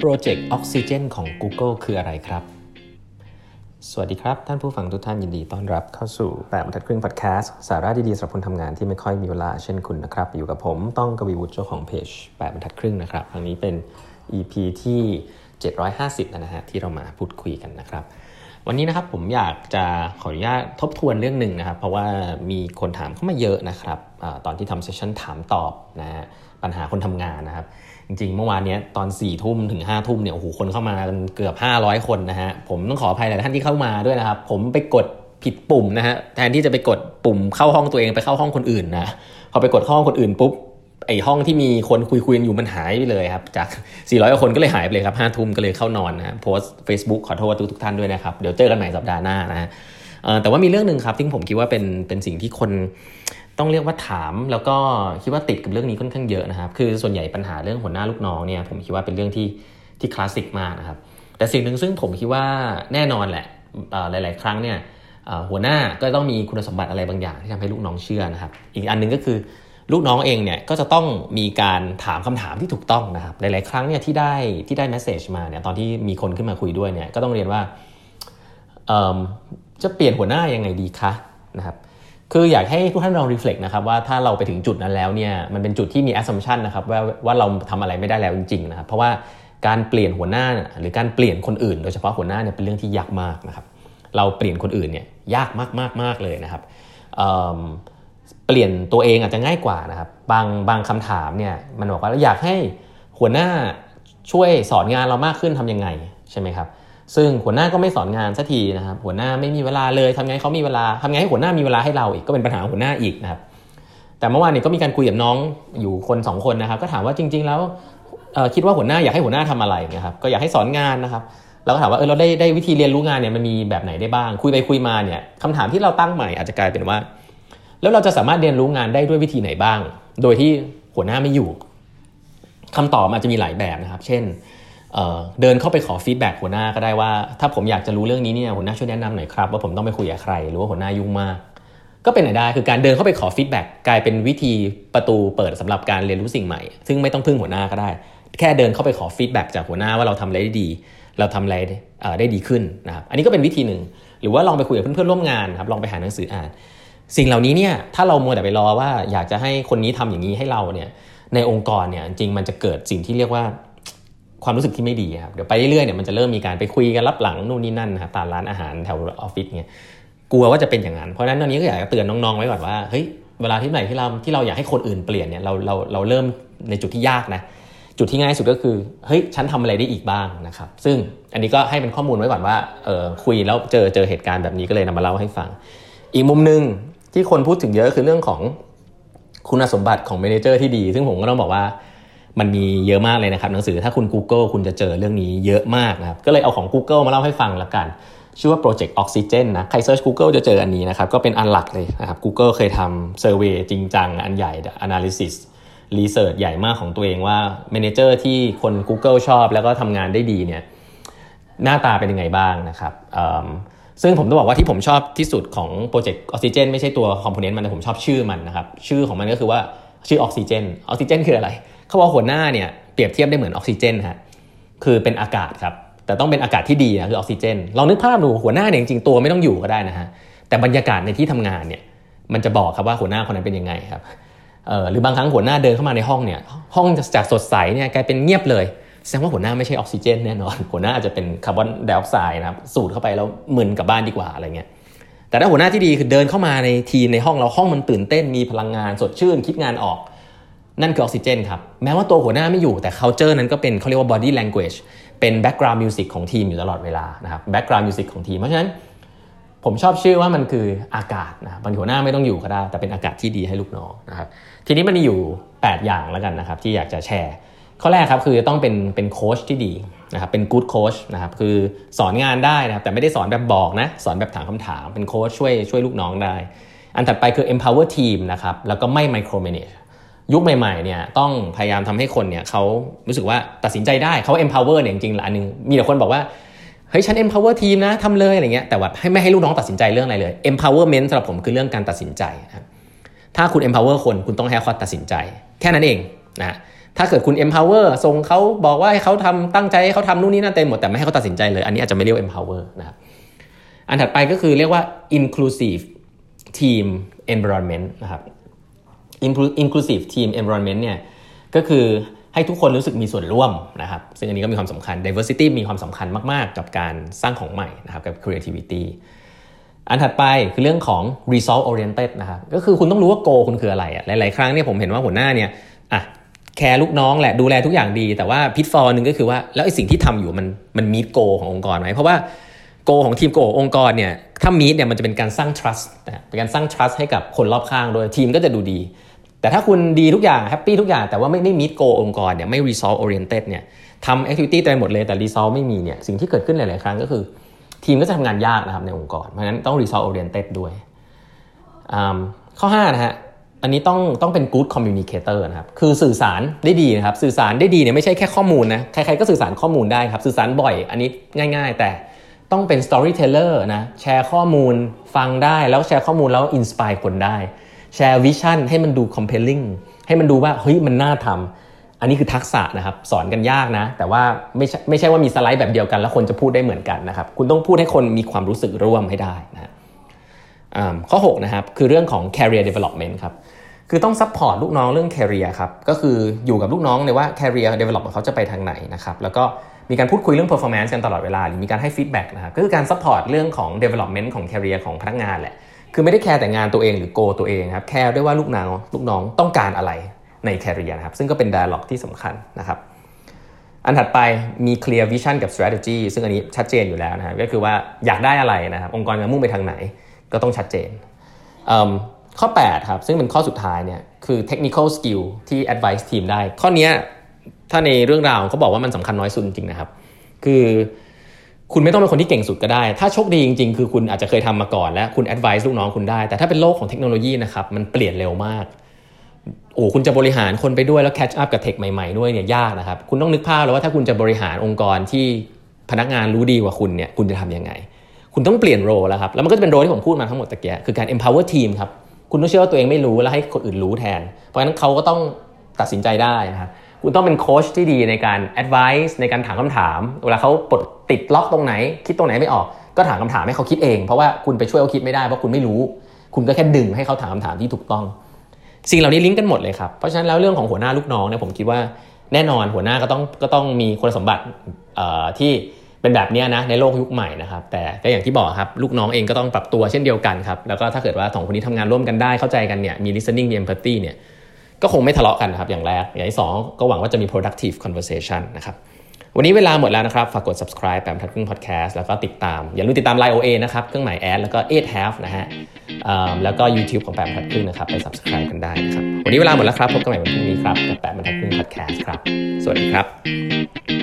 โปรเจกต์ออกซิเจนของ Google คืออะไรครับสวัสดีครับท่านผู้ฟังทุกท่านยินดีต้อนรับเข้าสู่8 บรรทัดครึ่งพอดแคสต์สาระดีๆสำหรับคนทำงานที่ไม่ค่อยมีเวลาเช่นคุณนะครับอยู่กับผมต้องกวีวุฒิเจ้าของเพจ8 บรรทัดครึ่งนะครับครั้งนี้เป็น EP ที่750นะฮะที่เรามาพูดคุยกันนะครับวันนี้นะครับผมอยากจะขออนุญาตทบทวนเรื่องหนึ่งนะครับเพราะว่ามีคนถามเข้ามาเยอะนะครับตอนที่ทำเซสชั่นถามตอบนะฮะปัญหาคนทำงานนะครับจริงๆเมื่อวานนี้ตอน 4:00 นถึง 5:00 นเนี่ยโอ้โหคนเข้ามากันเกือบ500คนนะฮะผมต้องขออภัยหลายท่านที่เข้ามาด้วยนะครับผมไปกดผิดปุ่มนะฮะแทนที่จะไปกดปุ่มเข้าห้องตัวเองไปเข้าห้องคนอื่นนะพอไปกดเข้าห้องคนอื่นปุ๊บไอ้ห้องที่มีคนคุยกันอยู่มันหายไปเลยครับจาก400คนก็เลยหายไปเลยครับ 5:00 นก็เลยเข้านอนนะโพสต์ Facebook ขอโทษทุกท่านด้วยนะครับเดี๋ยวเจอกันใหม่สัปดาห์หน้านะฮะแต่ว่ามีเรื่องนึงครับที่ผมคิดว่าเป็นสิ่งที่คนต้องเรียกว่าถามแล้วก็คิดว่าติดกับเรื่องนี้ค่อนข้างเยอะนะครับคือส่วนใหญ่ปัญหาเรื่องหัวหน้าลูกน้องเนี่ยผมคิดว่าเป็นเรื่องที่คลาสสิกมากนะครับแต่สิ่งหนึ่งซึ่งผมคิดว่าแน่นอนแหละหลายๆครั้งเนี่ยหัวหน้าก็ต้องมีคุณสมบัติอะไรบางอย่างที่ทำให้ลูกน้องเชื่อนะครับอีกอันนึงก็คือลูกน้องเองเนี่ยก็จะต้องมีการถามคำถามที่ถูกต้องนะครับหลายๆครั้งเนี่ยที่ได้เมสเสจมาเนี่ยตอนที่มีคนขึ้นมาคุยด้วยเนี่ยก็ต้องเรียนว่าจะเปลี่ยนหัวหน้ายังไงดีคะนะครับคืออยากให้ทุกท่านลอง reflect นะครับว่าถ้าเราไปถึงจุดนั้นแล้วเนี่ยมันเป็นจุดที่มี assumption นะครับว่าเราทำอะไรไม่ได้แล้วจริงๆนะครับเพราะว่าการเปลี่ยนหัวหน้าหรือการเปลี่ยนคนอื่นโดยเฉพาะหัวหน้าเนี่ยเป็นเรื่องที่ยากมากนะครับเราเปลี่ยนคนอื่นเนี่ยยากมากเลยนะครับเปลี่ยนตัวเองอาจจะง่ายกว่านะครับบางคำถามเนี่ยมันบอกว่าเราอยากให้หัวหน้าช่วยสอนงานเรามากขึ้นทำยังไงใช่ไหมครับซึ่งหัวหน้าก็ไม่สอนงานสักทีนะครับหัวหน้าไม่มีเวลาเลยทำไงเขามีเวลาทำไงให้หัวหน้ามีเวลาให้เราอีกก็เป็นปัญหาหัวหน้าอีกนะครับแต่เมื่อวานนี้ก็มีการคุยกับน้องอยู่คน2คนนะครับก็ถามว่าจริงๆแล้วคิดว่าหัวหน้าอยากให้หัวหน้าทำอะไรนะครับก็อยากให้สอนงานนะครับแล้วก็ถามว่าเราได้วิธีเรียนรู้งานเนี่ยมันมีแบบไหนได้บ้างคุยไปคุยมาเนี่ยคำถามที่เราตั้งใหม่อาจจะกลายเป็นว่าแล้วเราจะสามารถเรียนรู้งานได้ด้วยวิธีไหนบ้างโดยที่หัวหน้าไม่อยู่คำตอบอาจจะมีหลายแบบนะครับเช่นเดินเข้าไปขอฟีดแบ็กหัวหน้าก็ได้ว่าถ้าผมอยากจะรู้เรื่องนี้เนี่ยหัวหน้าช่วยแนะนำหน่อยครับว่าผมต้องไปคุยกับใครหรือว่าหัวหน้ายุ่งมากก็เป็นได้คือการเดินเข้าไปขอฟีดแบ็กกลายเป็นวิธีประตูเปิดสำหรับการเรียนรู้สิ่งใหม่ซึ่งไม่ต้องพึ่งหัวหน้าก็ได้แค่เดินเข้าไปขอฟีดแบ็กจากหัวหน้าว่าเราทำอะไรได้ดีเราทำอะไรได้ดีขึ้นนะครับอันนี้ก็เป็นวิธีหนึ่งหรือว่าลองไปคุยกับเพื่อนๆร่วมงานครับลองไปหาหนังสืออ่านสิ่งเหล่านี้เนี่ยถ้าเรามัวแต่ไปรอว่าอยากจะให้คนนี้ทำอย่างนี้ให้เราเนี่ยในองค์กรเนี่ยจริงมันจะเกิดสิ่งที่เรียกว่าความรู้สึกที่ไม่ดีครับเดี๋ยวไปเรื่อยๆเนี่ยมันจะเริ่มมีการไปคุยกันลับหลังนู่นนี่นั่นนะครับตามร้านอาหารแถวออฟฟิศเนี่ยกลัวว่าจะเป็นอย่างนั้นเพราะฉะนั้นตอนนี้ก็อยากจะเตือนน้องๆไว้ก่อนว่าเฮ้ยเวลาที่ไหนที่เราอยากให้คนอื่นเปลี่ยนเนี่ยเราเริ่มในจุดที่ยากนะจุดที่ง่ายสุดก็คือเฮ้ยฉันทำอะไรได้อีกบ้างนะครับซึ่งอันนี้ก็ให้เป็นข้อมูลไว้ก่อนว่าคุยแล้วเจอเหตุการณ์แบบนี้ก็เลยนำมาเล่าให้ฟังอีกมุมนึงที่คนพูดถึงเยอะคือเรื่องของคุณสมบัติของเมเนเจอร์ที่ดีซึ่งผมก็ต้องบอกว่ามันมีเยอะมากเลยนะครับหนังสือถ้าคุณ Google คุณจะเจอเรื่องนี้เยอะมากนะครับก็เลยเอาของ Google มาเล่าให้ฟังละกันชื่อว่า Project Oxygen นะใครเซิร์ช Google จะเจออันนี้นะครับก็เป็นอันหลักเลยนะครับ Google เคยทำเซอร์เวย์จริงจังอันใหญ่ Analysis Research ใหญ่มากของตัวเองว่าเมเนเจอร์ที่คน Google ชอบแล้วก็ทำงานได้ดีเนี่ยหน้าตาเป็นยังไงบ้างนะครับซึ่งผมต้องบอกว่าที่ผมชอบที่สุดของ Project Oxygen ไม่ใช่ตัว component มันแต่ผมชอบชื่อมันนะครับชื่อของมันก็คือว่าชื่อ Oxygen คืออะไรเขาบอกหัวหน้าเนี่ยเปรียบเทียบได้เหมือนออกซิเจนฮะคือเป็นอากาศครับแต่ต้องเป็นอากาศที่ดีนะคือออกซิเจนลองนึกภาพดูหัวหน้าเนี่ยจริงๆตัวไม่ต้องอยู่ก็ได้นะฮะแต่บรรยากาศในที่ทำงานเนี่ยมันจะบอกครับว่าหัวหน้าคนนั้นเป็นยังไงครับหรือบางครั้งหัวหน้าเดินเข้ามาในห้องเนี่ยห้องจากสดใสเนี่ยกลายเป็นเงียบเลยแสดงว่าหัวหน้าไม่ใช่ออกซิเจนแน่นอนหัวหน้าอาจจะเป็นคาร์บอนไดออกไซด์นะครับสูดเข้าไปแล้วมึนกลับบ้านดีกว่าอะไรเงี้ยแต่ถ้าหัวหน้าที่ดีคือเดินเข้ามาในทีมในห้องเราห้องมันตื่นเต้นมีพลังงานสดชื่นคิดงานออกนั่นคือออกซิเจนครับแม้ว่าตัวหัวหน้าไม่อยู่แต่ culture นั้นก็เป็นเขาเรียกว่า body language เป็น background music ของทีมอยู่ตลอดเวลานะครับ background music ของทีมเพราะฉะนั้นผมชอบชื่อว่ามันคืออากาศนะบางหัวหน้าไม่ต้องอยู่ก็ได้แต่เป็นอากาศที่ดีให้ลูกน้องนะครับทีนี้มันมีอยู่8อย่างแล้วกันนะครับที่อยากจะแชร์ข้อแรกครับคือต้องเป็นโค้ชที่ดีนะครับเป็น good coach นะครับคือสอนงานได้นะครับแต่ไม่ได้สอนแบบบอกนะสอนแบบถามคำถามเป็นโค้ชช่วยลูกน้องได้อันถัดไปคือ empower team นะครับแล้วก็ไม่ micromanageยุคใหม่ๆเนี่ยต้องพยายามทำให้คนเนี่ยเขารู้สึกว่าตัดสินใจได้เขา empower เนี่ยจริงๆอันนึงมีแต่คนบอกว่าเฮ้ยฉัน empower team นะทำเลยอะไรเงี้ยแต่ว่าไม่ให้ลูกน้องตัดสินใจเรื่องอะไรเลย empowerment สำหรับผมคือเรื่องการตัดสินใจนะครับถ้าคุณ empower คนคุณต้องให้เขาตัดสินใจแค่นั้นเองนะถ้าเกิดคุณ empower ส่งเขาบอกว่าให้เขาทำตั้งใจให้เขาทำนู่นนี่นั่นเต็มหมดแต่ไม่ให้เขาตัดสินใจเลยอันนี้อาจจะไม่เรียก empower นะครับอันถัดไปก็คือเรียกว่า inclusive team environment นะครับ inclusive team environment เนี่ยก็คือให้ทุกคนรู้สึกมีส่วนร่วมนะครับซึ่งอันนี้ก็มีความสำคัญ diversity มีความสำคัญมากๆกับการสร้างของใหม่นะครับกับ creativity อันถัดไปคือเรื่องของ result oriented นะครับก็คือคุณต้องรู้ว่า goal คุณคืออะไรหลายๆครั้งเนี่ยผมเห็นว่าหัวหน้าเนี่ยแคร์ลูกน้องแหละดูแลทุกอย่างดีแต่ว่าพิทฟอลนึงก็คือว่าแล้วไอ้สิ่งที่ทำอยู่มันมี goal ขององค์กรไหมเพราะว่า goal ของทีม goal ขององค์กรเนี่ยถ้า meet เนี่ยมันจะเป็นการสร้าง trust นะเป็นการสร้าง trust ให้กับคนรอบข้างโดยทีมก็จะดูดีแต่ถ้าคุณดีทุกอย่างแฮปปี้ทุกอย่างแต่ว่าไม่ meet goal องค์กรเนี่ยไม่ result oriented เนี่ยทำ activity เต็มหมดเลยแต่ result ไม่มีเนี่ยสิ่งที่เกิดขึ้นหลายๆครั้งก็คือทีมก็จะทำงานยากนะครับในองค์กรเพราะฉะนั้นต้อง result oriented ด้วยข้อ5นะฮะอันนี้ต้องเป็น good communicator นะครับคือสื่อสารได้ดีนะครับสื่อสารได้ดีเนี่ยไม่ใช่แค่ข้อมูลนะใครๆก็สื่อสารข้อมูลได้ครับสื่อสารบ่อยอันนี้ง่ายๆแต่ต้องเป็น storyteller นะแชร์ข้อมูลฟังได้แล้วแชร์ข้อมูลแล้ว inspire คนได้แชร์วิชั่นให้มันดู compelling ให้มันดูว่าเฮ้ยมันน่าทำอันนี้คือทักษะนะครับสอนกันยากนะแต่ว่าไม่ใช่ว่ามีสไลด์แบบเดียวกันแล้วคนจะพูดได้เหมือนกันนะครับคุณต้องพูดให้คนมีความรู้สึกร่วมให้ได้นะข้อ6นะครับคือเรื่องของ career development ครับคือต้อง support ลูกน้องเรื่อง career ครับก็คืออยู่กับลูกน้องเลยว่า career development เขาจะไปทางไหนนะครับแล้วก็มีการพูดคุยเรื่อง performance กันตลอดเวลาหรือมีการให้ feedback นะครับก็คือการ support เรื่องของ development ของ career ของพนักงานแหละคือไม่ได้แคร์แต่งานตัวเองหรือ goal ตัวเองครับแคร์ด้วยว่าลูกน้องต้องการอะไรใน career นะครับซึ่งก็เป็น dialogue ที่สำคัญนะครับอันถัดไปมี clear vision กับ strategy ซึ่งอันนี้ชัดเจนอยู่แล้วนะครับก็คือว่าอยากได้อะไรนะครับองค์กรจะมุ่งไปทางไหนก็ต้องชัดเจนข้อ8ครับซึ่งเป็นข้อสุดท้ายเนี่ยคือ technical skill ที่ advise ทีมได้ข้อนี้ถ้าในเรื่องราวเขาบอกว่ามันสำคัญน้อยสุดจริงๆนะครับคือคุณไม่ต้องเป็นคนที่เก่งสุดก็ได้ถ้าโชคดีจริงๆคือคุณอาจจะเคยทำมาก่อนแล้วคุณ advise ลูกน้องคุณได้แต่ถ้าเป็นโลกของเทคโนโลยีนะครับมันเปลี่ยนเร็วมากคุณจะบริหารคนไปด้วยแล้ว catch up กับเทคใหม่ๆด้วยเนี่ยยากนะครับคุณต้องนึกภาพแล้วว่าถ้าคุณจะบริหารองค์กรที่พนักงานรู้ดีกว่าคุณเนี่ยคุณจะทำยังไงคุณต้องเปลี่ยนโรแล้วครับแล้วมันก็จะเป็นโรที่ผมพูดมาทั้งหมดตะเกียคือการ empower team ครับคุณต้องเชื่อว่าตัวเองไม่รู้แล้วให้คนอื่นรู้แทนเพราะฉะนั้นเขาก็ต้องตัดสินใจได้นะครับคุณต้องเป็นโค้ชที่ดีในการ advice ในการถามคำถามเวลาเขาติดล็อกตรงไหนคิดตรงไหนไม่ออกก็ถามคำถามให้เขาคิดเองเพราะว่าคุณไปช่วยเขาคิดไม่ได้เพราะคุณไม่รู้คุณก็แค่ดึงให้เขาถามคำถามที่ถูกต้องสิ่งเหล่านี้ลิงก์กันหมดเลยครับเพราะฉะนั้นแล้วเรื่องของหัวหน้าลูกน้องเนี่ยผมคิดว่าแน่นอนหัวหน้าก็ต้องมีคุณสมบัติที่เป็นแบบนี้นะในโลกยุคใหม่นะครับแต่ก็อย่างที่บอกครับลูกน้องเองก็ต้องปรับตัวเช่นเดียวกันครับแล้วก็ถ้าเกิดว่าสองคนนี้ทำงานร่วมกันได้เข้าใจกันเนี่ยมี listening มี empathy เนี่ยก็คงไม่ทะเลาะกันครับอย่างแรกอย่างที่2ก็หวังว่าจะมี productive conversation นะครับวันนี้เวลาหมดแล้วนะครับฝากกด subscribe แปมทัดครึ่ง podcast แล้วก็ติดตามอย่าลืมติดตาม Line OA นะครับเครื่องหมายแอดแล้วก็ 8have นะฮะแล้วก็ YouTube ของแปมทัดครึ่งนะครับไป subscribe กันได้นะครับวันนี้เวลาหมดแล้วครับพบกันใหม่วันพรุ่งนี้ครับกับแปมทัดครึ่ง podcast ครับสวัสดีครับ